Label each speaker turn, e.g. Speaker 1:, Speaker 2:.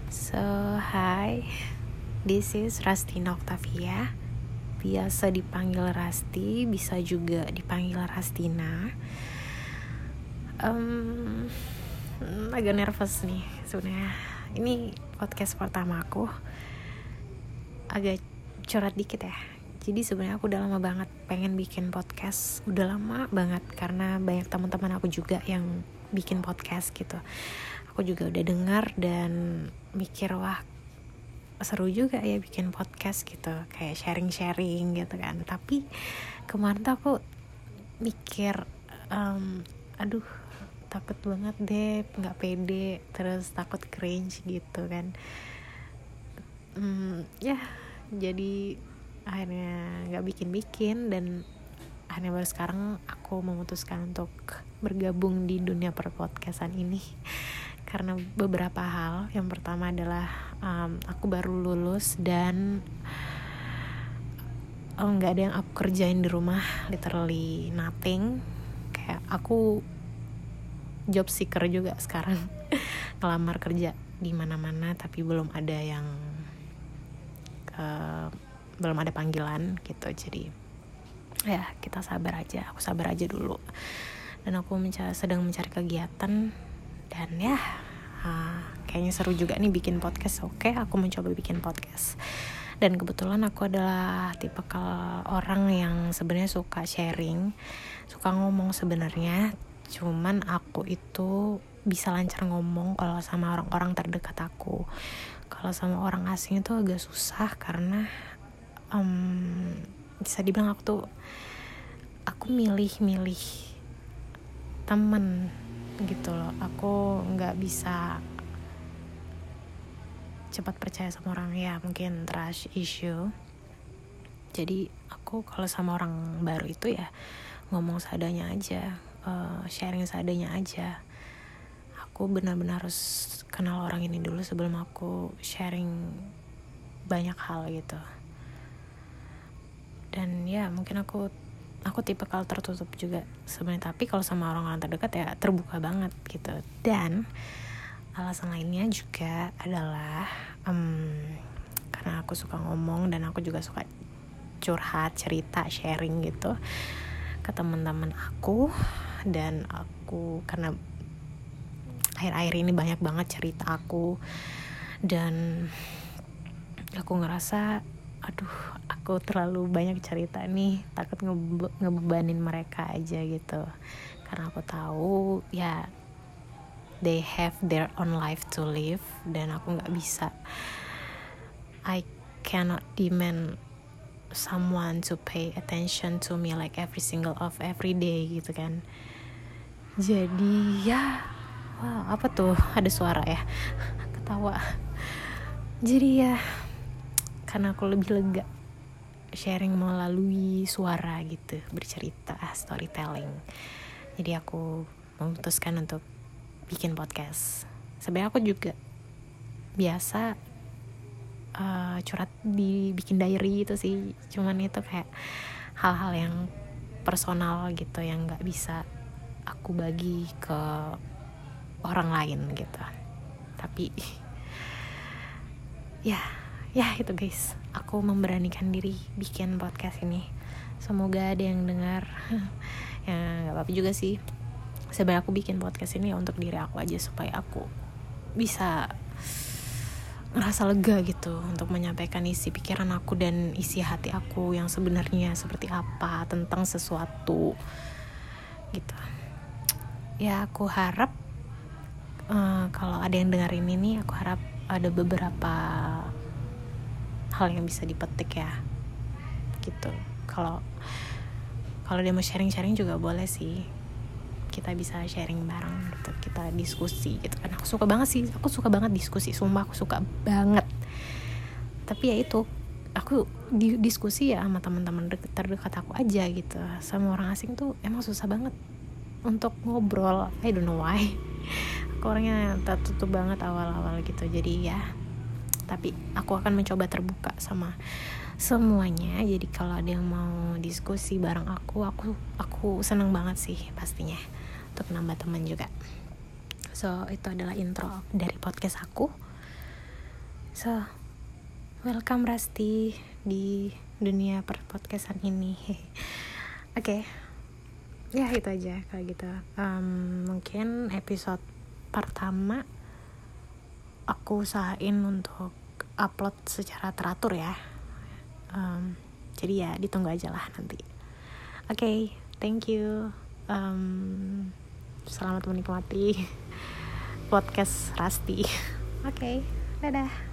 Speaker 1: So, hi, this is Rastina Octavia. Biasa dipanggil Rasti, bisa juga dipanggil Rastina. Agak nervous nih sebenarnya. Ini podcast pertama aku. Agak curhat dikit ya. Jadi sebenarnya aku udah lama banget pengen bikin podcast. Udah lama banget karena banyak teman-teman aku juga yang bikin podcast gitu. Aku juga udah dengar dan mikir, wah seru juga ya bikin podcast gitu, kayak sharing-sharing gitu kan. Tapi kemarin tuh aku mikir, aduh takut banget deh, nggak pede, terus takut cringe gitu kan. Ya jadi akhirnya nggak bikin dan akhirnya baru sekarang aku memutuskan untuk bergabung di dunia perpodcastan ini karena beberapa hal. Yang pertama adalah aku baru lulus dan nggak ada yang aku kerjain di rumah, literally nothing. Kayak aku job seeker juga sekarang, ngelamar kerja di mana-mana tapi belum ada yang belum ada panggilan gitu. Jadi ya kita sabar aja, aku sabar aja dulu. Dan aku sedang mencari kegiatan. Dan ya kayaknya seru juga nih bikin podcast. Oke, aku mencoba bikin podcast. Dan kebetulan aku adalah tipikal orang yang sebenarnya suka sharing, suka ngomong sebenarnya. Cuman aku itu bisa lancar ngomong kalau sama orang-orang terdekat aku. Kalau sama orang asing itu agak susah karena bisa dibilang aku milih temen gitu loh. Aku nggak bisa cepat percaya sama orang, ya mungkin trust issue. Jadi aku kalau sama orang baru itu ya ngomong seadanya aja, sharing seadanya aja. Aku benar-benar harus kenal orang ini dulu sebelum aku sharing banyak hal gitu. Dan ya mungkin aku tipikal tertutup juga sebenarnya, tapi kalau sama orang-orang terdekat ya terbuka banget gitu. Dan alasan lainnya juga adalah karena aku suka ngomong dan aku juga suka curhat, cerita, sharing gitu ke teman-teman aku. Dan aku karena akhir-akhir ini banyak banget cerita aku dan aku ngerasa aku terlalu banyak cerita nih, takut ngebebanin mereka aja gitu. Karena aku tahu ya they have their own life to live dan aku gak bisa, I cannot demand someone to pay attention to me like every day gitu kan. Jadi ya apa tuh, ada suara ya ketawa. Jadi ya karena aku lebih lega sharing melalui suara gitu, bercerita, storytelling. Jadi aku memutuskan untuk bikin podcast. Sebenarnya aku juga biasa curhat bikin diary itu sih, cuman itu kayak hal-hal yang personal gitu yang nggak bisa aku bagi ke orang lain gitu. Tapi ya itu guys, aku memberanikan diri bikin podcast ini. Semoga ada yang dengar. Ya nggak apa-apa juga sih. Sebenarnya aku bikin podcast ini untuk diri aku aja, supaya aku bisa ngerasa lega gitu untuk menyampaikan isi pikiran aku dan isi hati aku yang sebenarnya seperti apa tentang sesuatu gitu. Ya aku harap kalau ada yang dengar ini nih, aku harap ada beberapa hal yang bisa dipetik ya gitu. Kalau dia mau sharing juga boleh sih, kita bisa sharing bareng gitu, kita diskusi gitu kan. Aku suka banget diskusi, sumpah aku suka banget. Tapi ya itu, aku diskusi ya sama teman-teman terdekat aku aja gitu. Sama orang asing tuh emang susah banget untuk ngobrol, I don't know why. Aku orangnya tertutup banget awal-awal gitu. Jadi ya, tapi aku akan mencoba terbuka sama semuanya. Jadi kalau ada yang mau diskusi bareng aku senang banget sih pastinya, untuk nambah teman juga. So itu adalah intro dari podcast aku. So, welcome Rasti di dunia podcastan ini. Oke. Ya itu aja kalau gitu. Mungkin episode pertama aku usahain untuk upload secara teratur ya. Jadi ya ditunggu aja lah nanti. Oke, thank you. Selamat menikmati podcast Rasti. Oke, dadah.